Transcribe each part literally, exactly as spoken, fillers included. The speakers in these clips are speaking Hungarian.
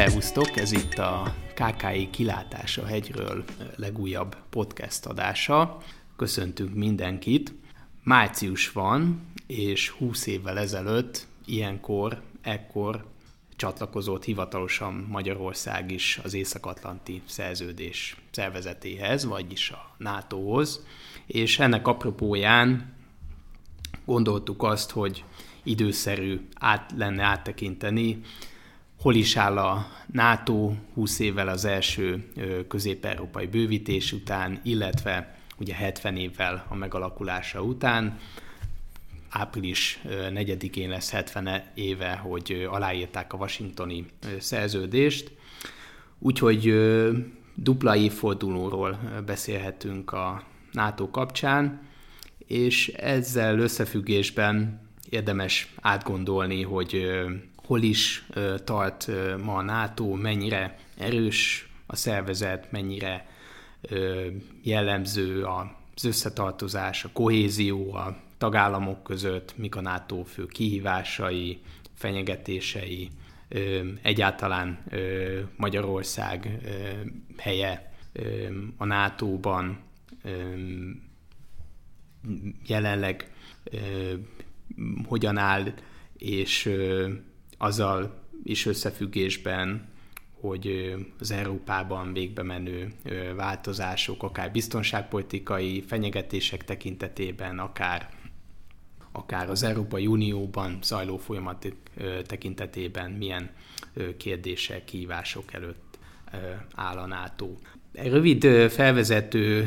Szervusztok, ez itt a ká ká i Kilátás a hegyről legújabb podcast adása. Köszöntünk mindenkit. Március van, és húsz évvel ezelőtt, ilyenkor, ekkor csatlakozott hivatalosan Magyarország is az Észak-Atlanti Szerződés szervezetéhez, vagyis a nátóhoz, és ennek apropóján gondoltuk azt, hogy időszerű át lenne áttekinteni, hol is áll a NATO húsz évvel az első közép-európai bővítés után, illetve ugye hetven évvel a megalakulása után. április negyedikén lesz hetven éve, hogy aláírták a washingtoni szerződést, úgyhogy dupla évfordulóról beszélhetünk a NATO kapcsán, és ezzel összefüggésben érdemes átgondolni, hogy hol is tart ma a NATO, mennyire erős a szervezet, mennyire jellemző az összetartozás, a kohézió a tagállamok között, mik a NATO fő kihívásai, fenyegetései, egyáltalán Magyarország helye a nátóban jelenleg hogyan áll, és azzal is összefüggésben, hogy az Európában végbe menő változások, akár biztonságpolitikai fenyegetések tekintetében, akár, akár az Európai Unióban zajló folyamat tekintetében milyen kérdések, kihívások előtt áll a NATO. Rövid felvezetőt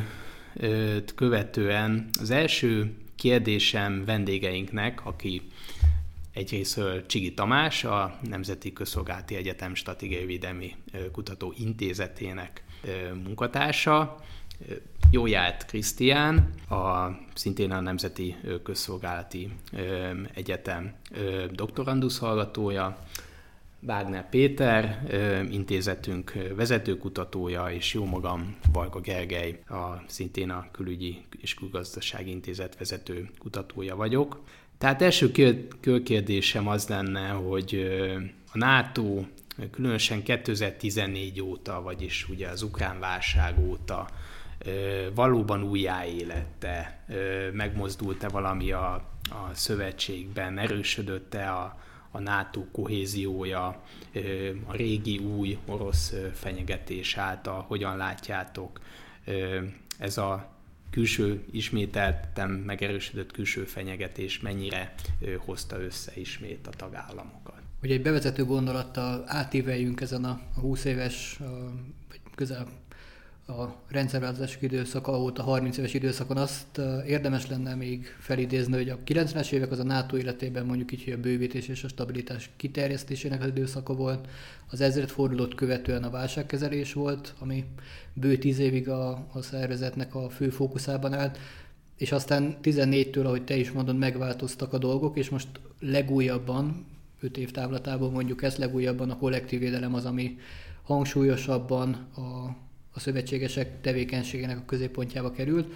követően az első kérdésem vendégeinknek, aki egyrésztről Csigi Tamás, a Nemzeti Közszolgálati Egyetem Stratégiai Védelmi Kutató Intézetének munkatársa, Jóját Krisztián, a, szintén a Nemzeti Közszolgálati Egyetem doktorandusz hallgatója, Wagner Péter, intézetünk vezetőkutatója, és jómagam Varga Gergely, a, szintén a Külügyi és Külgazdasági Intézet vezető kutatója vagyok. Tehát első körkérdésem az lenne, hogy a NATO különösen kétezer-tizennégy óta, vagyis ugye az ukrán válság óta valóban újjáélette, megmozdult-e valami a, a szövetségben, erősödött-e a, a NATO kohéziója, a régi új orosz fenyegetés által, hogyan látjátok ez a külső, ismételten megerősödött külső fenyegetés mennyire hozta össze ismét a tagállamokat? Hogy egy bevezető gondolattal átíveljünk ezen a húsz éves, vagy közel a rendszerváltozások időszaka óta harminc éves időszakon, azt érdemes lenne még felidézni, hogy a kilencvenes évek az a NATO életében mondjuk így, hogy a bővítés és a stabilitás kiterjesztésének az időszaka volt, az ezredfordulót követően a válságkezelés volt, ami bő tíz évig a, a szervezetnek a fő fókuszában állt, és aztán tizennégytől, ahogy te is mondod, megváltoztak a dolgok, és most legújabban, öt év távlatában mondjuk ezt, legújabban a kollektív védelem az, ami hangsúlyosabban a a szövetségesek tevékenységének a középpontjába került.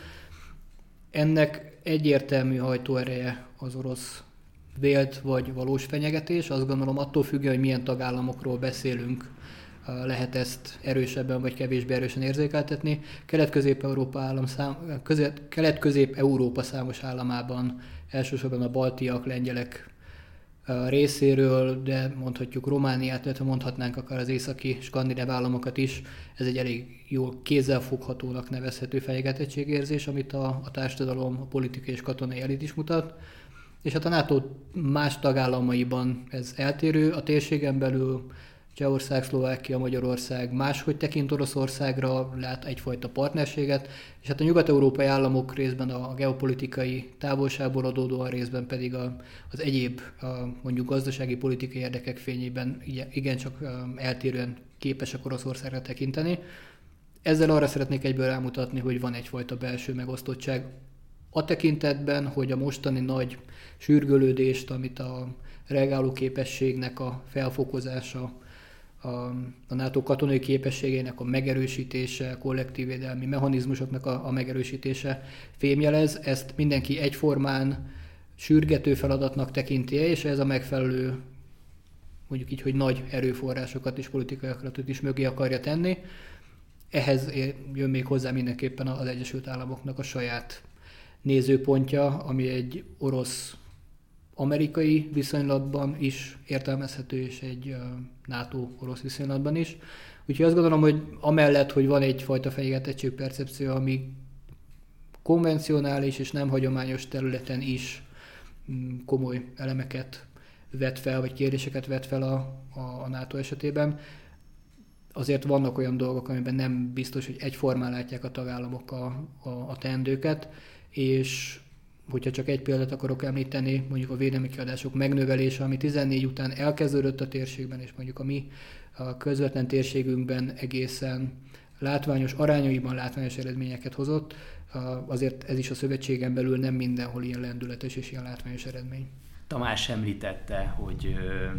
Ennek egyértelmű hajtóereje az orosz vélt vagy valós fenyegetés. Azt gondolom, attól függően, hogy milyen tagállamokról beszélünk, lehet ezt erősebben vagy kevésbé erősen érzékeltetni. Kelet-Közép-Európa, állam szám, között, Kelet-Közép-Európa számos államában, elsősorban a baltiak, lengyelek részéről, de mondhatjuk Romániát, illetve mondhatnánk akár az északi skandináv államokat is. Ez egy elég jól kézzelfoghatónak nevezhető fenyegetettségérzés, amit a, a társadalom, a politikai és katonai elit is mutat. És hát a NATO más tagállamaiban ez eltérő. A térségen belül Csehország, Szlovákia, Magyarország máshogy tekint Oroszországra, lát egyfajta partnerséget, és hát a nyugat-európai államok részben a geopolitikai távolságból adódóan, részben pedig a, az egyéb a mondjuk gazdasági politikai érdekek fényében igencsak eltérően képesek Oroszországra tekinteni. Ezzel arra szeretnék egyből rámutatni, hogy van egyfajta belső megosztottság a tekintetben, hogy a mostani nagy sürgölődést, amit a reagáló képességnek a felfokozása, a, a NATO katonai képességének a megerősítése, kollektív védelmi mechanizmusoknak a, a megerősítése fémjelez, ezt mindenki egyformán sürgető feladatnak tekinti, és ez a megfelelő mondjuk így, hogy nagy erőforrásokat és politikai akaratot is mögé akarja tenni. Ehhez jön még hozzá mindenképpen az Egyesült Államoknak a saját nézőpontja, ami egy orosz-amerikai viszonylatban is értelmezhető, és egy NATO-orosz viszonylatban is. Úgyhogy azt gondolom, hogy amellett, hogy van egyfajta fenyegetettségpercepció, ami konvencionális és nem hagyományos területen is komoly elemeket vet fel, vagy kérdéseket vet fel a, a, a NATO esetében, azért vannak olyan dolgok, amiben nem biztos, hogy egyformán látják a tagállamok a, a, a teendőket, és hogyha csak egy példát akarok említeni, mondjuk a védelmi kiadások megnövelése, ami tizennégy után elkezdődött a térségben, és mondjuk a mi a közvetlen térségünkben egészen látványos, arányaiban látványos eredményeket hozott, azért ez is a szövetségen belül nem mindenhol ilyen lendületes és ilyen látványos eredmény. Tamás említette, hogy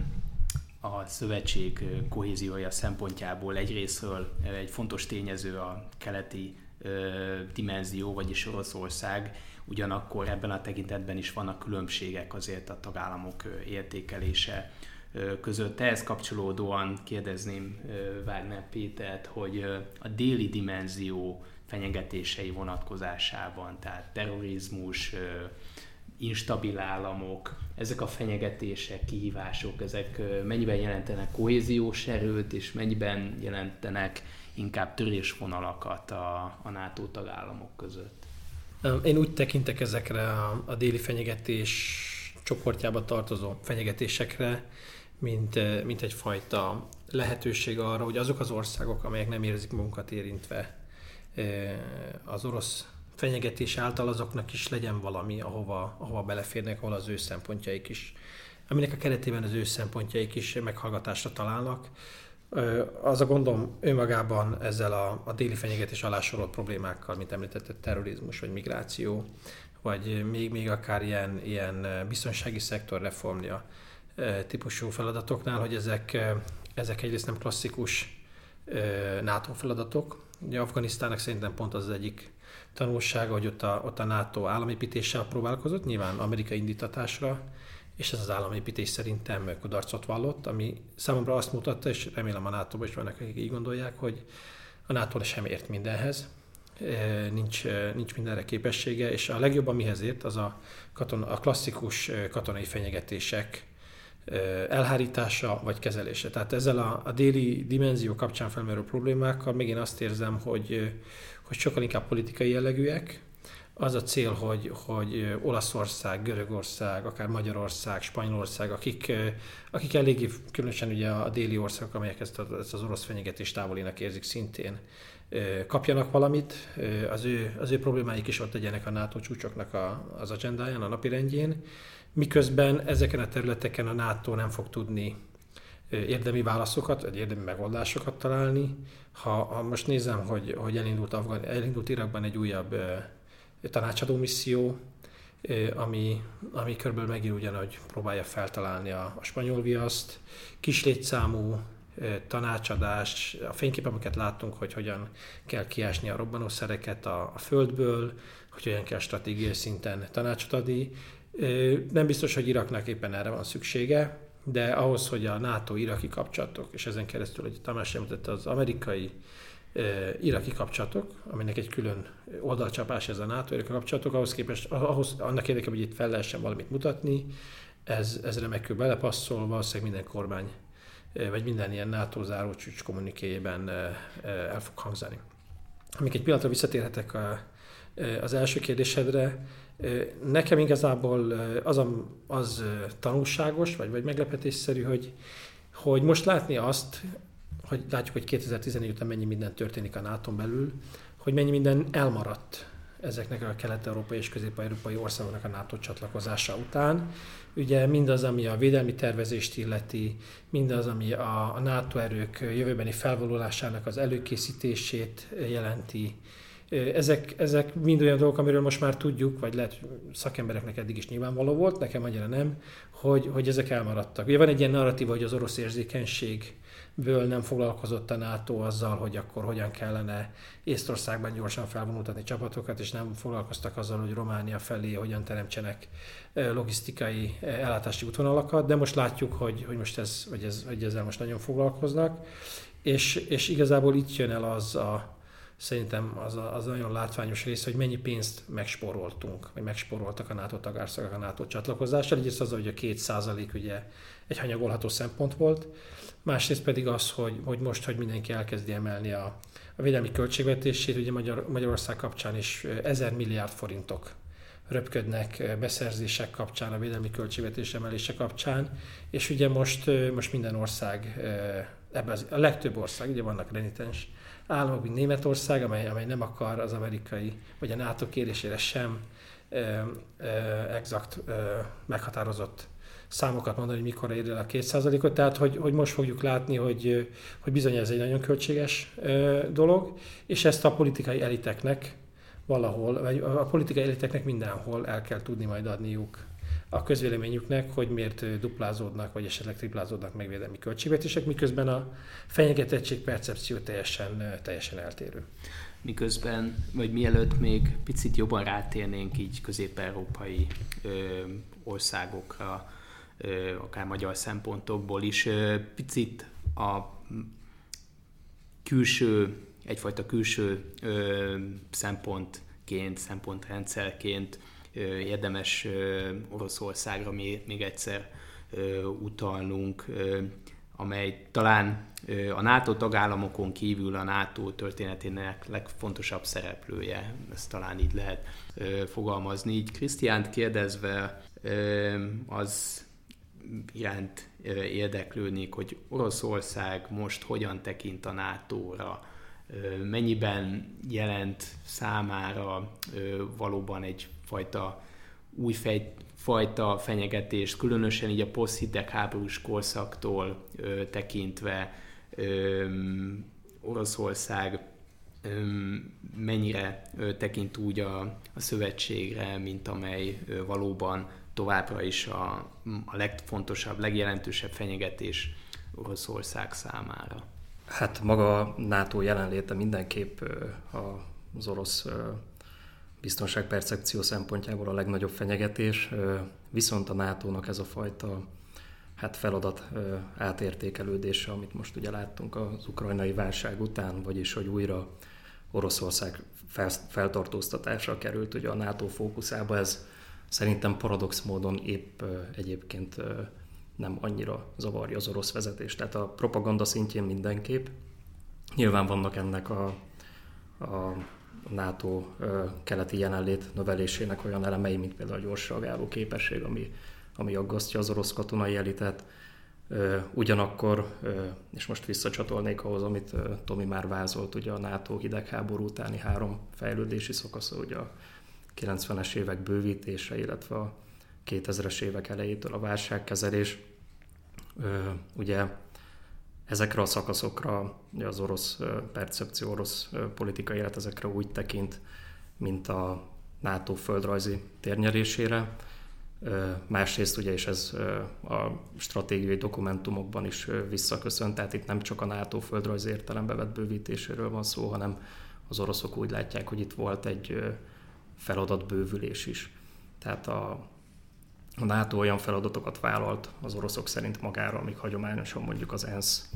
a szövetség kohéziója szempontjából egyrészről egy fontos tényező a keleti dimenzió, vagyis Oroszország, ugyanakkor ebben a tekintetben is vannak különbségek azért a tagállamok értékelése között. Ehhez kapcsolódóan kérdezném Wagner Pétert, hogy a déli dimenzió fenyegetései vonatkozásában, tehát terrorizmus, instabil államok, ezek a fenyegetések, kihívások, ezek mennyiben jelentenek kohéziós erőt, és mennyiben jelentenek inkább törésvonalakat a, a NATO tagállamok között? Én úgy tekintek ezekre a, a déli fenyegetés csoportjába tartozó fenyegetésekre, mint, mint egyfajta lehetőség arra, hogy azok az országok, amelyek nem érzik magukat érintve az orosz fenyegetés által, azoknak is legyen valami, ahova, ahova beleférnek, ahol az ő szempontjaik is, aminek a keretében az ő szempontjaik is meghallgatásra találnak. Az a gondom önmagában ezzel a, a déli fenyegetés alá sorolt problémákkal, mint említette, terrorizmus vagy migráció, vagy még, még akár ilyen, ilyen biztonsági szektor reformja típusú feladatoknál, hogy ezek, ezek egyrészt nem klasszikus NATO feladatok. Ugye Afganisztánnak szerintem pont az, az egyik tanulsága, hogy ott a, ott a NATO államépítéssel próbálkozott, nyilván amerikai indítatásra, és ez az államépítés szerintem kudarcot vallott, ami számomra azt mutatta, és remélem a nátóban is vannak, akik így gondolják, hogy a NATO sem ért mindenhez, nincs, nincs mindenre képessége, és a legjobban mihez ért, az a, katona, a klasszikus katonai fenyegetések elhárítása vagy kezelése. Tehát ezzel a, a déli dimenzió kapcsán felmerülő problémákkal még én azt érzem, hogy, hogy sokkal inkább politikai jellegűek. Az a cél, hogy, hogy Olaszország, Görögország, akár Magyarország, Spanyolország, akik, akik eléggé, különösen ugye a déli országok, amelyek ezt, a, ezt az orosz fenyegetést távolinak érzik szintén, kapjanak valamit, az ő, az ő problémáik is ott legyenek a NATO csúcsoknak a, az agendáján, a napirendjén, miközben ezeken a területeken a NATO nem fog tudni érdemi válaszokat, vagy érdemi megoldásokat találni. Ha, ha most nézem, hogy, hogy elindult, Afgan, elindult Irakban egy újabb tanácsadó misszió, ami, ami körülbelül megír ugyanúgy próbálja feltalálni a, a spanyol viaszt, kis létszámú tanácsadás, a fényképen, amiket láttunk, hogy hogyan kell kiásni a robbanószereket a, a földből, hogy hogyan kell stratégiai szinten tanácsot adni. Nem biztos, hogy Iraknak éppen erre van szüksége, de ahhoz, hogy a NATO-iraki kapcsolatok, és ezen keresztül, hogy Tamás említette, az amerikai iraki kapcsolatok, aminek egy külön oldalcsapás ez a NATO-iraki kapcsolatok, ahhoz képest, ahhoz, annak érdekében, hogy itt fel lehessen valamit mutatni, ez, ez remekül belepasszol, valószínűleg minden kormány, vagy minden ilyen NATO záró csúcs kommunikéjében el fog hangzani. Amíg egy pillanatra visszatérhetek a, az első kérdésedre, nekem igazából az, a, az tanulságos, vagy, vagy meglepetésszerű, hogy, hogy most látni azt, hogy látjuk, hogy kétezer-tizenegy után mennyi minden történik a nátón belül, hogy mennyi minden elmaradt ezeknek a kelet-európai és közép-európai országoknak a NATO csatlakozása után. Ugye mindaz, ami a védelmi tervezést illeti, mindaz, ami a, a NATO erők jövőbeni felvonulásának az előkészítését jelenti, Ezek, ezek mind olyan dolgok, amiről most már tudjuk, vagy lehet szakembereknek eddig is nyilvánvaló volt, nekem annyira nem, hogy, hogy ezek elmaradtak. Ugye van egy ilyen narratíva, hogy az orosz érzékenység ből nem foglalkozott a NATO azzal, hogy akkor hogyan kellene Észtországban gyorsan felvonultatni csapatokat, és nem foglalkoztak azzal, hogy Románia felé hogyan teremtsenek logisztikai ellátási útvonalakat, de most látjuk, hogy, hogy most ez, hogy ez, hogy ezzel most nagyon foglalkoznak, és, és igazából itt jön el az a, szerintem az a, az a nagyon látványos rész, hogy mennyi pénzt megspóroltunk, vagy megspóroltak a NATO tagországok a NATO csatlakozással. Egyrészt az, hogy a két százalék ugye egy hanyagolható szempont volt, másrészt pedig az, hogy, hogy most, hogy mindenki elkezdi emelni a, a védelmi költségvetését, ugye Magyar, Magyarország kapcsán is ezer milliárd forintok röpködnek beszerzések kapcsán, a védelmi költségvetés emelése kapcsán, és ugye most, most minden ország, ebben az, a legtöbb ország, ugye vannak renitens államok, mint Németország, amely, amely nem akar az amerikai vagy a NATO kérésére sem eh, eh, exakt eh, meghatározott számokat mondani, hogy mikor ér el a két százalékot. Tehát, hogy, hogy most fogjuk látni, hogy, hogy bizony ez egy nagyon költséges eh, dolog, és ezt a politikai eliteknek valahol, vagy a politikai eliteknek mindenhol el kell tudni majd adniuk a közvéleményüknek, hogy miért duplázódnak, vagy esetleg triplázódnak meg védelmi költségvetések, miközben a fenyegetettség percepció teljesen, teljesen eltérő. Miközben, vagy mielőtt még picit jobban rátérnénk így közép-európai ö, országokra, ö, akár magyar szempontokból is, ö, picit a külső, egyfajta külső ö, szempontként, szempontrendszerként érdemes Oroszországra még egyszer utalnunk, amely talán a NATO tagállamokon kívül a NATO történetének legfontosabb szereplője, ezt talán így lehet fogalmazni. Így Krisztiánt kérdezve az iránt érdeklődnék, hogy Oroszország most hogyan tekint a nátóra, mennyiben jelent számára valóban egyfajta új fej, fajta fenyegetést, különösen így a poszthidegháborús korszaktól ö, tekintve ö, Oroszország ö, mennyire ö, tekint úgy a, a szövetségre, mint amely ö, valóban továbbra is a, a legfontosabb, legjelentősebb fenyegetés Oroszország számára. Hát maga a NATO jelenléte mindenképp az orosz biztonságpercepció szempontjából a legnagyobb fenyegetés, viszont a nátónak ez a fajta hát feladat átértékelődése, amit most ugye láttunk az ukrajnai válság után, vagyis hogy újra Oroszország feltartóztatásra került ugye a NATO fókuszába, ez szerintem paradox módon épp egyébként nem annyira zavarja az orosz vezetést. Tehát a propaganda szintjén mindenképp. Nyilván vannak ennek a, a NATO keleti jelenlét növelésének olyan elemei, mint például a gyors reagáló képesség, ami, ami aggasztja az orosz katonai elitet. Ugyanakkor, és most visszacsatolnék ahhoz, amit Tomi már vázolt, ugye a NATO hidegháború utáni három fejlődési szakasza, ugye a kilencvenes évek bővítése, illetve a kétezres évek elejétől a válságkezelés. Ugye ezekre a szakaszokra az orosz percepció, orosz politikai élet ezekre úgy tekint, mint a NATO földrajzi térnyerésére. Másrészt ugye, és ez a stratégiai dokumentumokban is visszaköszön, tehát itt nem csak a NATO földrajzi értelembe vett bővítéséről van szó, hanem az oroszok úgy látják, hogy itt volt egy feladatbővülés is. Tehát a A NATO olyan feladatokat vállalt az oroszok szerint magára, amik hagyományosan mondjuk az ENSZ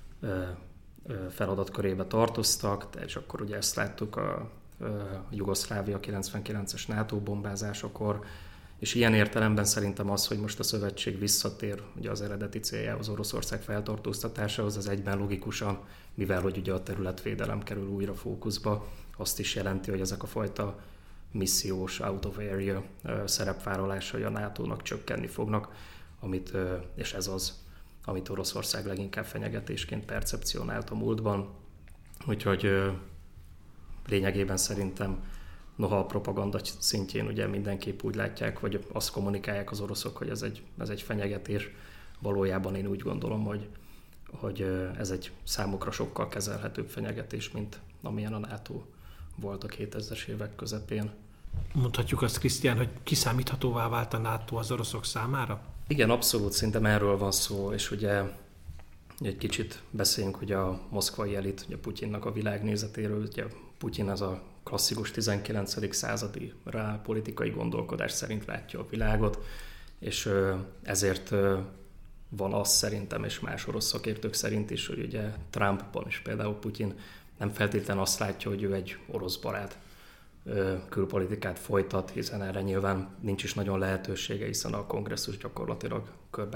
feladatkörébe tartoztak, és akkor ugye ezt láttuk a Jugoszlávia kilencvenkilences NATO bombázásakor, és ilyen értelemben szerintem az, hogy most a szövetség visszatér ugye az eredeti céljához, Oroszország feltartóztatásához, az egyben logikusan, mivel hogy ugye a területvédelem kerül újra fókuszba, azt is jelenti, hogy ezek a fajta missziós out of area szerepvállalásai a nátónak csökkenni fognak, amit, és ez az, amit Oroszország leginkább fenyegetésként percepcionált a múltban. Úgyhogy lényegében szerintem, noha a propaganda szintjén ugye mindenképp úgy látják, vagy azt kommunikálják az oroszok, hogy ez egy, ez egy fenyegetés, valójában én úgy gondolom, hogy, hogy ez egy számukra sokkal kezelhetőbb fenyegetés, mint amilyen a NATO volt a kétezres évek közepén. Mondhatjuk azt, Krisztián, hogy kiszámíthatóvá vált a NATO az oroszok számára? Igen, abszolút, szerintem erről van szó, és ugye Egy kicsit beszéljünk ugye a moszkvai elit, ugye Putyinnak a világnézetéről. Ugye Putyin az a klasszikus tizenkilencedik századi reálpolitikai gondolkodás szerint látja a világot, és ezért van az szerintem, és más orosz szakértők szerint is, hogy ugye Trumpban is például Putyin nem feltétlenül azt látja, hogy ő egy orosz barát külpolitikát folytat, hiszen erre nyilván nincs is nagyon lehetősége, hiszen a kongresszus gyakorlatilag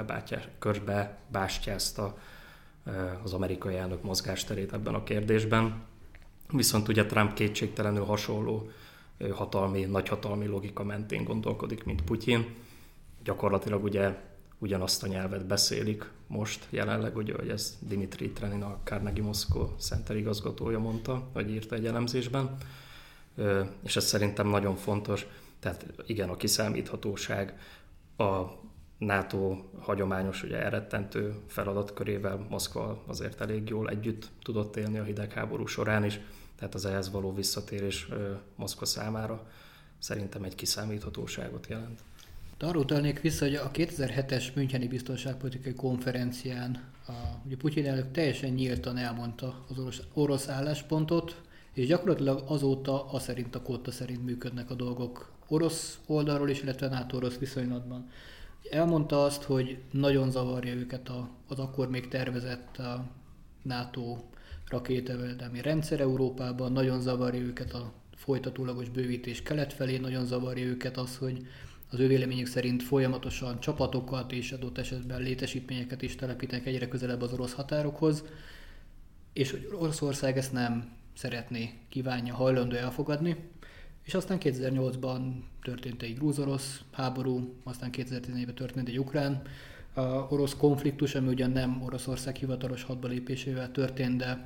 körbebástyázta az amerikai elnök mozgásterét ebben a kérdésben. Viszont ugye Trump kétségtelenül hasonló hatalmi, nagyhatalmi logika mentén gondolkodik, mint Putyin. Gyakorlatilag ugye ugyanazt a nyelvet beszélik most jelenleg, ugye, hogy ez Dimitri Trenin, a Carnegie Moscow Center igazgatója mondta, vagy írta egy elemzésben. És ez szerintem nagyon fontos. Tehát igen, a kiszámíthatóság, a NATO hagyományos, ugye elrettentő feladatkörével Moszkva azért elég jól együtt tudott élni a hidegháború során is, tehát az ehhez való visszatérés Moszkva számára szerintem egy kiszámíthatóságot jelent. Arra utalnék vissza, hogy a kétezer-hetes Müncheni biztonságpolitikai konferencián a, ugye Putyin elnök teljesen nyíltan elmondta az orosz, orosz álláspontot, és gyakorlatilag azóta az szerint, a kóta szerint működnek a dolgok orosz oldalról is, illetve NATO-orosz viszonylatban. Elmondta azt, hogy nagyon zavarja őket a, az akkor még tervezett a NATO rakétavédelmi rendszer Európában, nagyon zavarja őket a folytatólagos bővítés kelet felé, nagyon zavarja őket az, hogy az ő véleményük szerint folyamatosan csapatokat és adott esetben létesítményeket is telepítenek egyre közelebb az orosz határokhoz, és hogy Oroszország ezt nem szeretné, kívánja, hajlandó elfogadni. És aztán kétezer-nyolcban történt egy grúz-orosz háború, aztán kétezer-tizenegyben történt egy ukrán orosz konfliktus, ami ugyan nem Oroszország hivatalos hadbalépésével történt, de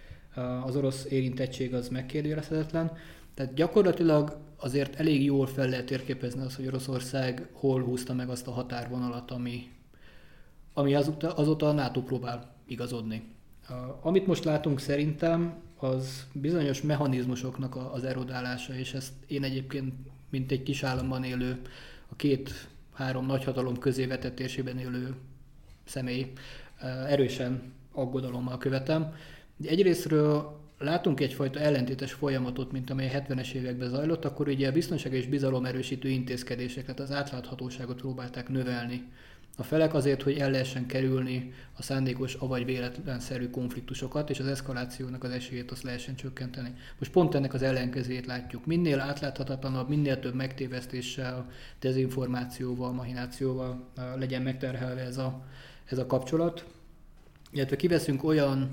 az orosz érintettség az megkérdőjelezhetetlen. Tehát gyakorlatilag azért elég jól fel lehet térképezni azt, hogy Oroszország hol húzta meg azt a határvonalat, ami, ami azóta, azóta a NATO próbál igazodni. Amit most látunk szerintem, az bizonyos mechanizmusoknak az erodálása, és ezt én egyébként, mint egy kis államban élő, a két-három nagyhatalom közé vetett térségben élő személy, erősen aggodalommal követem. Egyrésztről látunk egyfajta ellentétes folyamatot, mint amely a hetvenes években zajlott, akkor ugye a biztonság és bizalom erősítő intézkedéseket, az átláthatóságot próbálták növelni a felek azért, hogy el lehessen kerülni a szándékos, avagy véletlenszerű konfliktusokat, és az eszkalációnak az esélyét azt lehessen csökkenteni. Most pont ennek az ellenkezőjét látjuk. Minél átláthatatlanabb, minél több megtévesztéssel, dezinformációval, mahinációval legyen megterhelve ez a, ez a kapcsolat. Illetve kiveszünk olyan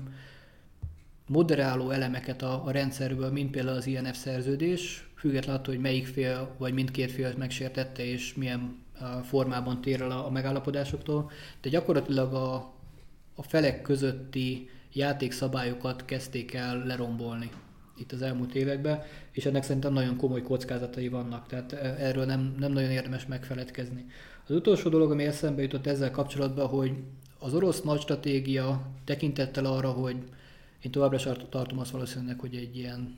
moderáló elemeket a, a rendszerből, mint például az I N F szerződés, függetlenül attól, hogy melyik fél vagy mindkét fél megsértette, és milyen formában tér el a megállapodásoktól, de gyakorlatilag a, a felek közötti játékszabályokat kezdték el lerombolni itt az elmúlt években, és ennek szerintem nagyon komoly kockázatai vannak, tehát erről nem, nem nagyon érdemes megfeledkezni. Az utolsó dolog, ami eszembe jutott ezzel kapcsolatban, hogy az orosz nagy stratégia tekintettel arra, hogy én továbbra sem tartom azt valószínűleg, hogy egy ilyen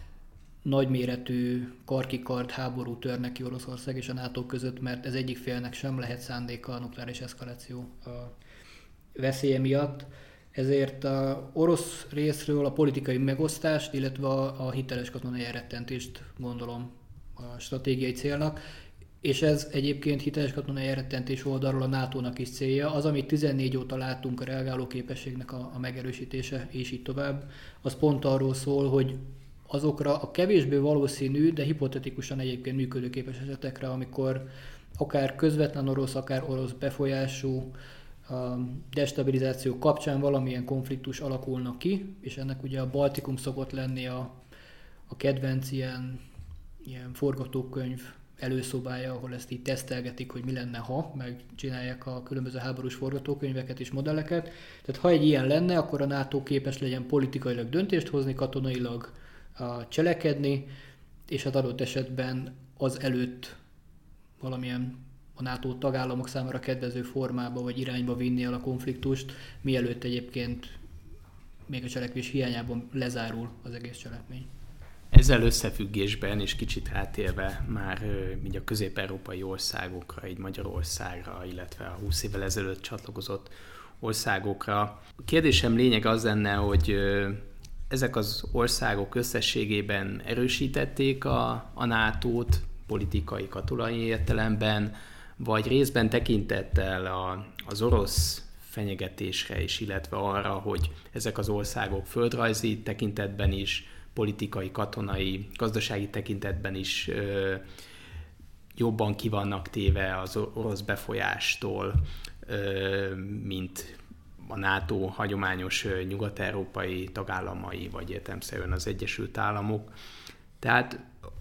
nagyméretű karkikard háború törne ki Oroszország és a NATO között, mert ez egyik félnek sem lehet szándéka a nukleáris eszkaláció veszélye miatt. Ezért a orosz részről a politikai megosztást, illetve a hiteles katonai elrettentést gondolom a stratégiai célnak, és ez egyébként hiteles katonai elrettentés oldalról a nátónak is célja. Az, amit tizennégy óta látunk, a reagáló képességnek a, a megerősítése, és így tovább, az pont arról szól, hogy azokra a kevésbé valószínű, de hipotetikusan egyébként működőképes esetekre, amikor akár közvetlen orosz, akár orosz befolyású destabilizáció kapcsán valamilyen konfliktus alakulnak ki, és ennek ugye a Baltikum szokott lenni a, a kedvenc ilyen, ilyen forgatókönyv előszobája, ahol ezt így tesztelgetik, hogy mi lenne, ha, meg csinálják a különböző háborús forgatókönyveket és modelleket. Tehát ha egy ilyen lenne, akkor a NATO képes legyen politikailag döntést hozni, katonailag a cselekedni, és az adott esetben az előtt valamilyen a NATO tagállamok számára kedvező formába vagy irányba vinni el a konfliktust, mielőtt egyébként még a cselekvés hiányában lezárul az egész cselekmény. Ezzel összefüggésben és kicsit átérve már így a közép-európai országokra, így Magyarországra, illetve a húsz évvel ezelőtt csatlakozott országokra. A kérdésem lényeg az lenne, hogy ezek az országok összességében erősítették a, a nátót politikai, katonai értelemben, vagy részben tekintettel a, az orosz fenyegetésre is, illetve arra, hogy ezek az országok földrajzi tekintetben is, politikai, katonai, gazdasági tekintetben is ö, jobban ki vannak téve az orosz befolyástól, ö, mint a NATO hagyományos ö, nyugat-európai tagállamai, vagy értelemszerűen az Egyesült Államok. Tehát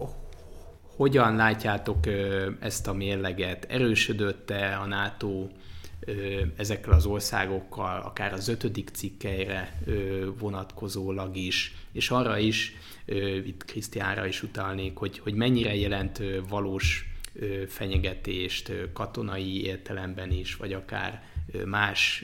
hogyan látjátok ö, ezt a mérleget? Erősödött-e a NATO ezekkel az országokkal, akár az ötödik cikkeire vonatkozólag is, és arra is, itt Krisztiánra is utalnék, hogy, hogy mennyire jelent valós fenyegetést katonai értelemben is, vagy akár más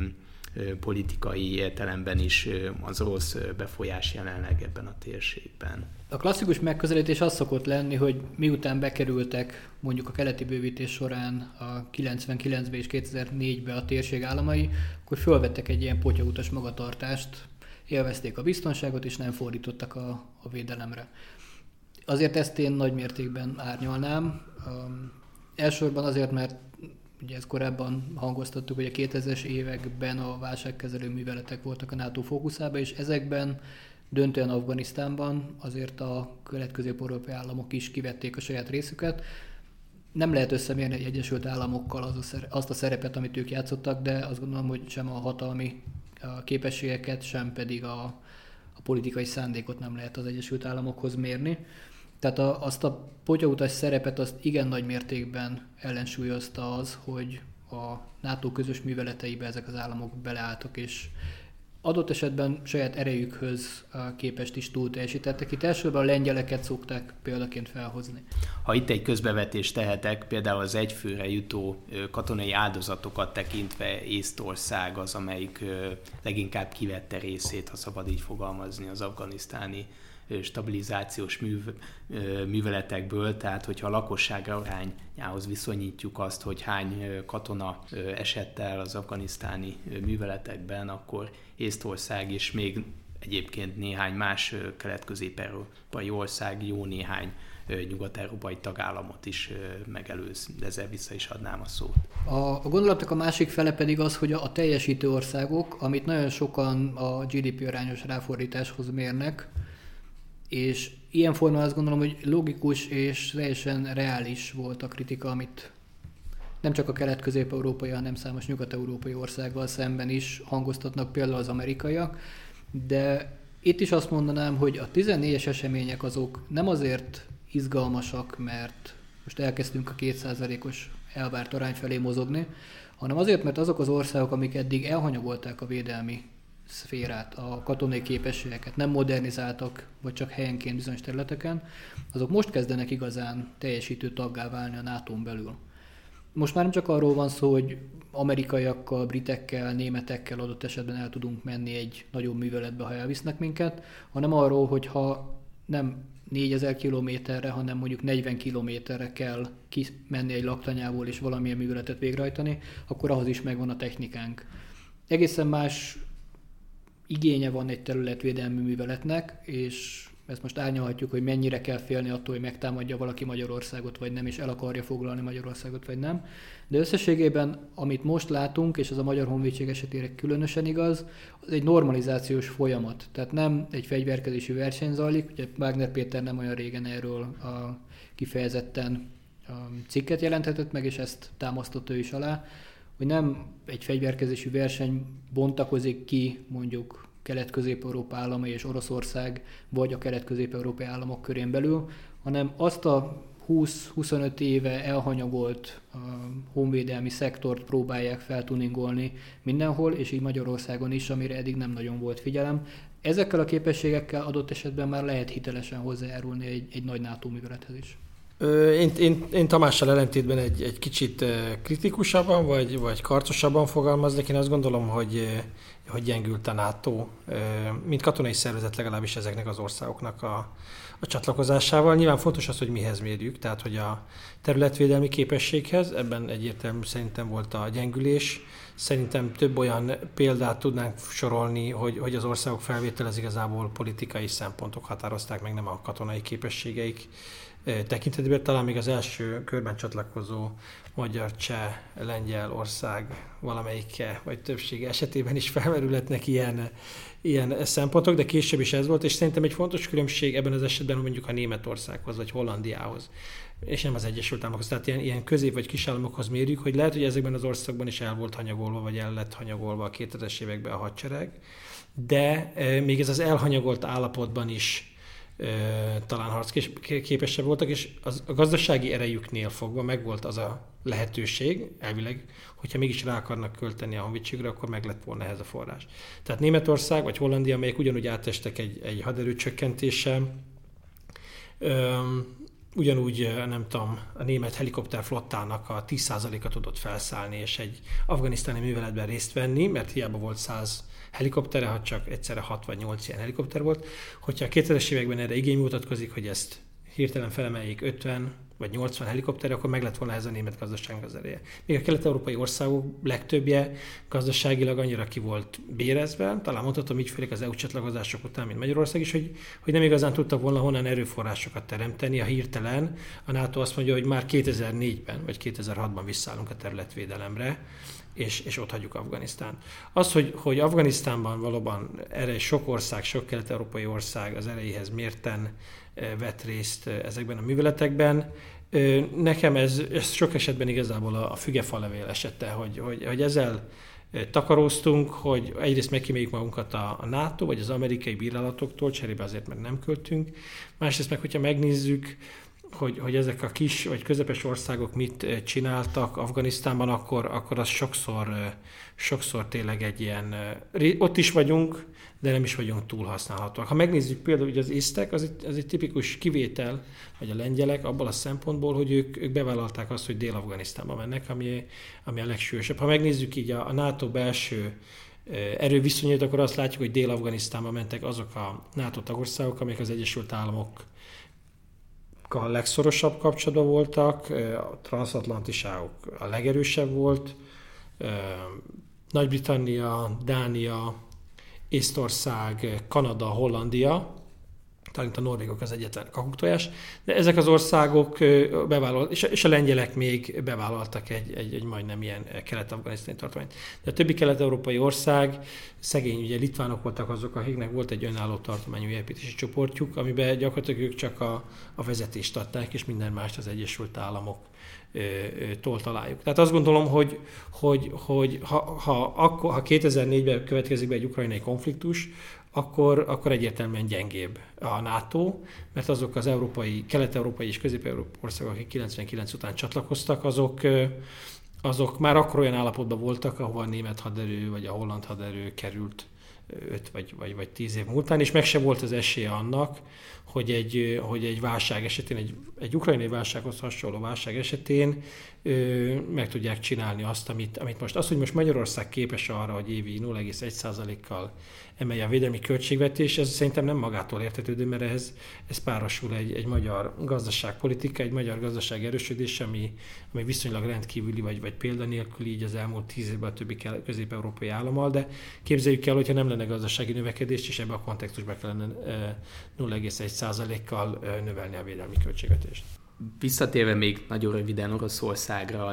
politikai értelemben is az orosz befolyás jelenleg ebben a térségben. A klasszikus megközelítés az szokott lenni, hogy miután bekerültek mondjuk a keleti bővítés során a kilencvenkilencben és kétezer-négyben a térség államai, akkor fölvettek egy ilyen potyautas magatartást, élvezték a biztonságot és nem fordítottak a, a védelemre. Azért ezt én nagy mértékben árnyalnám. Um, elsősorban azért, mert ugye ezt korábban hangoztattuk, hogy a kétezres években a válságkezelő műveletek voltak a NATO fókuszában, és ezekben döntően Afganisztánban azért a kelet-közép-európai államok is kivették a saját részüket. Nem lehet összemérni egy Egyesült Államokkal az a szere, azt a szerepet, amit ők játszottak, de azt gondolom, hogy sem a hatalmi a képességeket, sem pedig a, a politikai szándékot nem lehet az Egyesült Államokhoz mérni. Tehát a, azt a potyautas szerepet azt igen nagy mértékben ellensúlyozta az, hogy a NATO közös műveleteibe ezek az államok beleálltak, és adott esetben saját erejükhöz képest is túl teljesítettek. Itt elsősorban a lengyeleket szokták példaként felhozni. Ha itt egy közbevetést tehetek, például az egyfőre jutó katonai áldozatokat tekintve Észtország az, amelyik leginkább kivette részét, ha szabad így fogalmazni, az afganisztáni stabilizációs műv, műveletekből, tehát hogyha a lakosság arányához viszonyítjuk azt, hogy hány katona esett el az afganisztáni műveletekben, akkor Észtország és még egyébként néhány más kelet-közép-európai ország, jó néhány nyugat-európai tagállamot is megelőz. Ezzel vissza is adnám a szót. A, a gondolatnak a másik fele pedig az, hogy a, a teljesítő országok, amit nagyon sokan a gé dé pé arányos ráfordításhoz mérnek, és ilyen formán azt gondolom, hogy logikus és teljesen reális volt a kritika, amit nem csak a kelet-közép-európai, hanem számos nyugat-európai országgal szemben is hangoztatnak, például az amerikaiak, de itt is azt mondanám, hogy a tizennégyes események azok nem azért izgalmasak, mert most elkezdtünk a két százalékos elvárt arány felé mozogni, hanem azért, mert azok az országok, amik eddig elhanyagolták a védelmi szférát, a katonai képességeket, nem modernizáltak, vagy csak helyenként bizonyos területeken, azok most kezdenek igazán teljesítő taggá válni a nátón belül. Most már nem csak arról van szó, hogy amerikaiakkal, britekkel, németekkel adott esetben el tudunk menni egy nagyobb műveletbe, ha elvisznek minket, hanem arról, hogy ha nem négyezer kilométerre, hanem mondjuk negyven kilométerre kell kimenni egy laktanyából és valamilyen műveletet végrehajtani, akkor ahhoz is megvan a technikánk. Egészen más igénye van egy területvédelmi műveletnek, és ezt most árnyalhatjuk, hogy mennyire kell félni attól, hogy megtámadja valaki Magyarországot, vagy nem, és el akarja foglalni Magyarországot, vagy nem. De összességében, amit most látunk, és ez a Magyar Honvédség esetére különösen igaz, az egy normalizációs folyamat. Tehát nem egy fegyverkezési verseny zajlik, ugye Wagner Péter nem olyan régen erről a kifejezetten a cikket jelenthetett meg, és ezt támasztott ő is alá, hogy nem egy fegyverkezési verseny bontakozik ki mondjuk Kelet-Közép-Európa államai és Oroszország, vagy a Kelet-Közép-Európai államok körén belül, hanem azt a húsz-huszonöt éve elhanyagolt uh, honvédelmi szektort próbálják feltuningolni mindenhol, és így Magyarországon is, amire eddig nem nagyon volt figyelem. Ezekkel a képességekkel adott esetben már lehet hitelesen hozzájárulni egy, egy nagy NATO művelethez is. Én, én, én Tamással ellentétben egy, egy kicsit kritikusabban, vagy, vagy karcosabban fogalmaznék. Én azt gondolom, hogy, hogy gyengült a NATO, mint katonai szervezet legalábbis ezeknek az országoknak a, a csatlakozásával. Nyilván fontos az, hogy mihez mérjük, tehát hogy a területvédelmi képességhez, ebben egyértelmű szerintem volt a gyengülés. Szerintem több olyan példát tudnánk sorolni, hogy, hogy az országok felvétel az igazából politikai szempontok határozták meg, nem a katonai képességeik tekintetében. Talán még az első körben csatlakozó magyar, cseh, lengyel ország valamelyike vagy többsége esetében is felmerülhetnek ilyen, ilyen szempontok, de később is ez volt, és szerintem egy fontos különbség ebben az esetben mondjuk a Németországhoz vagy Hollandiához, és nem az Egyesült Államokhoz. Tehát ilyen, ilyen közép- vagy kisállamokhoz mérjük, hogy lehet, hogy ezekben az országokban is el volt hanyagolva, vagy el lett hanyagolva a kétezres években a hadsereg, de e, még ez az elhanyagolt állapotban is e, talán harcképesebb voltak, és az, a gazdasági erejüknél fogva megvolt az a lehetőség, elvileg, hogyha mégis rá akarnak költeni a honvédségre, akkor meg lett volna ehhez a forrás. Tehát Németország vagy Hollandia, amelyek ugyanúgy átestek egy, egy haderőcsökkentéssel, ugyanúgy, nem tudom, a német helikopterflottának a tíz százaléka tudott felszállni, és egy afganisztáni műveletben részt venni, mert hiába volt száz helikoptere, ha csak egyszerre hat vagy nyolc ilyen helikopter volt. Hogyha a kétezres években erre igény mutatkozik, hogy ezt hirtelen felemeljék ötven vagy nyolcvan helikopterre, akkor meg lett volna ez a német gazdaságnak az ereje. Még a kelet-európai országok legtöbbje gazdaságilag annyira ki volt bérezve, talán mondhatom így, főleg az é u csatlakozások után, mint Magyarország is, hogy, hogy nem igazán tudtak volna honnan erőforrásokat teremteni. A hirtelen a NATO azt mondja, hogy már kétezer-négyben vagy kétezer-hatban visszállunk a területvédelemre, és, és ott hagyjuk Afganisztán. Az, hogy, hogy Afganisztánban valóban erre sok ország, sok kelet-európai ország az erejéhez mérten vett részt ezekben a műveletekben, nekem ez, ez sok esetben igazából a, a fügefalevél esete, hogy, hogy, hogy ezzel takaróztunk, hogy egyrészt megkíméljük magunkat a, a NATO vagy az amerikai bírálatoktól, cserébe azért, mert nem költünk. Másrészt meg, hogyha megnézzük, hogy, hogy ezek a kis vagy közepes országok mit csináltak Afganisztánban, akkor, akkor az sokszor, sokszor tényleg egy ilyen, ott is vagyunk, de nem is vagyunk túl használhatóak. Ha megnézzük például, hogy az észtek, az egy, az egy tipikus kivétel, vagy a lengyelek abból a szempontból, hogy ők, ők bevállalták azt, hogy Dél-Afganisztánba mennek, ami, ami a legsúlyosabb. Ha megnézzük így a, a NATO belső erőviszonyait, akkor azt látjuk, hogy Dél-Afganisztánba mentek azok a NATO tagországok, amelyek az Egyesült Államok a legszorosabb kapcsolatban voltak, a transatlantiságuk a legerősebb volt, Nagy-Britannia, Dánia, Észtország, Kanada, Hollandia, talán a norvégok az egyetlen kakuktojás, de ezek az országok bevállaltak, és a lengyelek még bevállaltak egy, egy, egy majdnem ilyen kelet-afganisztáni tartományt. De a többi kelet-európai ország, szegény, ugye litvánok voltak azok, akiknek volt egy önálló tartományú építési csoportjuk, amiben gyakorlatilag ők csak a, a vezetést adták, és minden mást az Egyesült Államok tól találjuk. Tehát azt gondolom, hogy, hogy, hogy ha, ha, akkor, ha kétezer-négyben következik be egy ukrajnai konfliktus, akkor, akkor egyértelműen gyengébb a NATO, mert azok az európai, kelet-európai és közép-európai országok, akik kilencvenkilenc után csatlakoztak, azok, azok már akkor olyan állapotban voltak, ahova a német haderő vagy a holland haderő került öt vagy, vagy, vagy tíz év múltán, és meg se volt az esélye annak, hogy egy, hogy egy válság esetén, egy, egy ukrajnai válsághoz hasonló válság esetén ö, meg tudják csinálni azt, amit, amit most. Az, hogy most Magyarország képes arra, hogy évi nulla egész egy százalékkal emelje a védelmi költségvetés, ez szerintem nem magától értetődő, mert ez, ez párosul egy, egy magyar gazdaságpolitika, egy magyar gazdaság erősödés, ami, ami viszonylag rendkívüli, vagy, vagy példanélküli így az elmúlt tíz évben a többi közép-európai állammal, de képzeljük el, hogyha nem lenne gazdasági növekedés, és ebben a kontextusban kellene nulla egész egy százalékkal növelni a védelmi költségvetést. Visszatérve még nagyon röviden Oroszországra,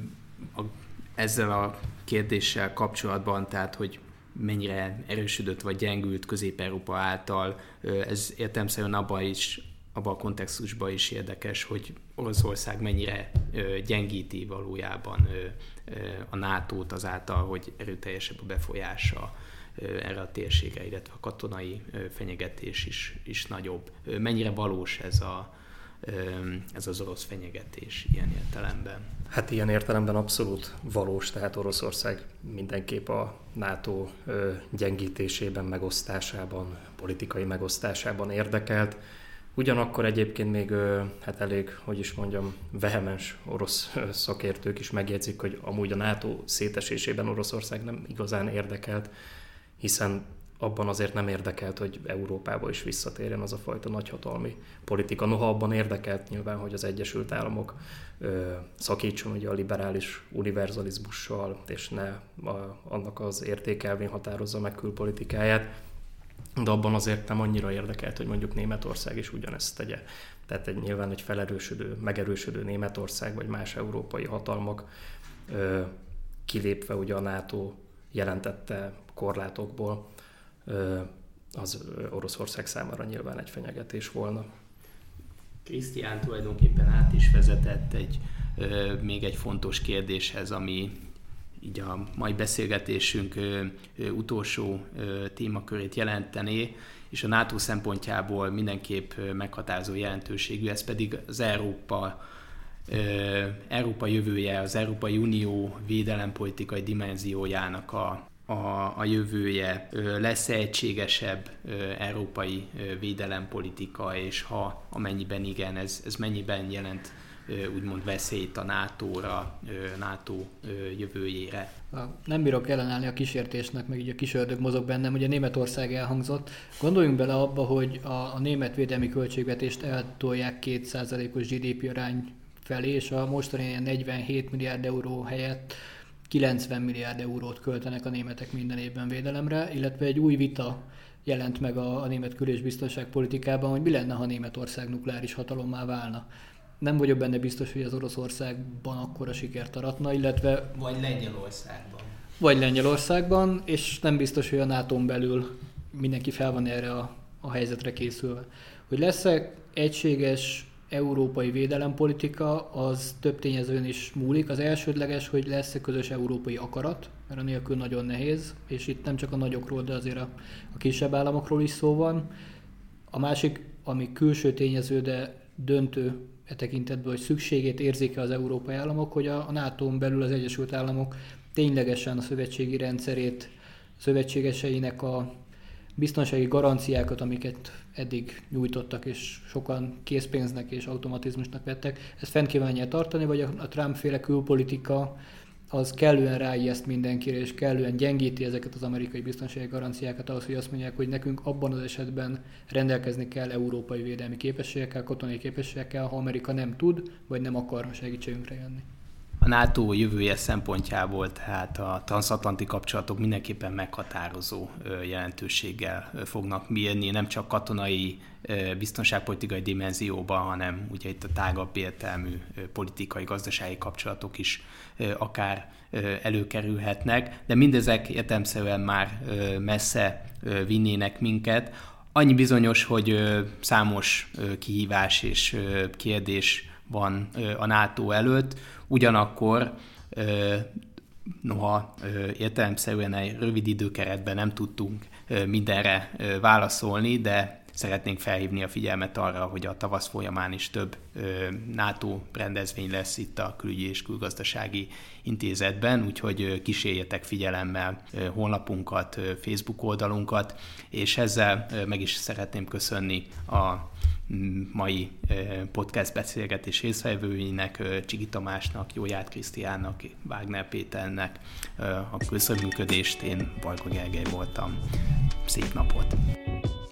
ezzel a kérdéssel kapcsolatban, tehát hogy mennyire erősödött vagy gyengült Közép-Európa által, ez értelemszerűen abban is, abban a kontextusban is érdekes, hogy Oroszország mennyire gyengíti valójában a nátót azáltal, hogy erőteljesebb a befolyása erre a térségre, illetve a katonai fenyegetés is, is nagyobb. Mennyire valós ez, a, ez az orosz fenyegetés ilyen értelemben? Hát ilyen értelemben abszolút valós, tehát Oroszország mindenképp a NATO gyengítésében, megosztásában, politikai megosztásában érdekelt. Ugyanakkor egyébként még hát elég, hogy is mondjam, vehemens orosz szakértők is megjegyzik, hogy amúgy a NATO szétesésében Oroszország nem igazán érdekelt, hiszen abban azért nem érdekelt, hogy Európába is visszatérjen az a fajta nagyhatalmi politika. Noha abban érdekelt nyilván, hogy az Egyesült Államok ö, szakítson ugye a liberális univerzalizmussal, és ne a, annak az értékelvén határozza meg külpolitikáját, de abban azért nem annyira érdekelt, hogy mondjuk Németország is ugyanezt tegye. Tehát egy, nyilván egy felerősödő, megerősödő Németország, vagy más európai hatalmak ö, kilépve ugye a NATO jelentette korlátokból, az Oroszország számára nyilván egy fenyegetés volna. Krisztián tulajdonképpen át is vezetett egy, még egy fontos kérdéshez, ami így a mai beszélgetésünk utolsó témakörét jelentené, és a NATO szempontjából mindenképp meghatározó jelentőségű, ez pedig az Európa, Európa jövője, az Európai Unió védelempolitikai dimenziójának a A, a jövője, lesz egységesebb európai védelempolitika, és ha amennyiben igen, ez, ez mennyiben jelent úgymond veszélyt a nátóra, NATO jövőjére. Nem bírok ellenállni a kísértésnek, meg így a kisördög mozog bennem, ugye Németország elhangzott. Gondoljunk bele abba, hogy a, a német védelmi költségvetést eltolják két százalékos gé dé pé arány felé, és a mostani negyvenhét milliárd euró helyett kilencven milliárd eurót költenek a németek minden évben védelemre, illetve egy új vita jelent meg a, a német kül- és biztonságpolitikában, hogy mi lenne, ha Németország nukleáris hatalommá válna. Nem vagyok benne biztos, hogy az Oroszországban akkora sikert aratna, illetve... Vagy Lengyelországban. Vagy Lengyelországban, és nem biztos, hogy a nátón belül mindenki fel van erre a, a helyzetre készülve. Hogy lesz-e egységes európai védelempolitika, az több tényezőn is múlik. Az elsődleges, hogy lesz-e közös európai akarat, mert a nélkül nagyon nehéz, és itt nem csak a nagyokról, de azért a, a kisebb államokról is szó van. A másik, ami külső tényező, de döntő e tekintetben, hogy szükségét érzik az európai államok, hogy a, a nátón belül az Egyesült Államok ténylegesen a szövetségi rendszerét, a szövetségeseinek a biztonsági garanciákat, amiket eddig nyújtottak, és sokan készpénznek és automatizmusnak vettek, ezt fent kívánja tartani, vagy a Trump-féle külpolitika az kellően ráijeszt mindenkire, és kellően gyengíti ezeket az amerikai biztonsági garanciákat ahhoz, hogy azt mondják, hogy nekünk abban az esetben rendelkezni kell európai védelmi képességekkel, katonai képességekkel, ha Amerika nem tud, vagy nem akar a segítségünkre jönni. A NATO jövője szempontjából tehát a transatlanti kapcsolatok mindenképpen meghatározó jelentőséggel fognak mérni, nem csak katonai, biztonságpolitikai dimenzióban, hanem ugye itt a tágabb értelmű politikai, gazdasági kapcsolatok is akár előkerülhetnek, de mindezek értelemszerűen már messze vinnének minket. Annyi bizonyos, hogy számos kihívás és kérdés van a NATO előtt, ugyanakkor noha értelemszerűen egy rövid időkeretben nem tudtunk mindenre válaszolni, de szeretnénk felhívni a figyelmet arra, hogy a tavasz folyamán is több NATO rendezvény lesz itt a Külügyi és Külgazdasági Intézetben, úgyhogy kísérjetek figyelemmel honlapunkat, Facebook oldalunkat, és ezzel meg is szeretném köszönni a mai podcast beszélgetés résztvevőinek, Csigi Tamásnak, Jóját Krisztiánnak, Wagner Péternek a közreműködést. Én Bajka Gergely voltam. Szép napot!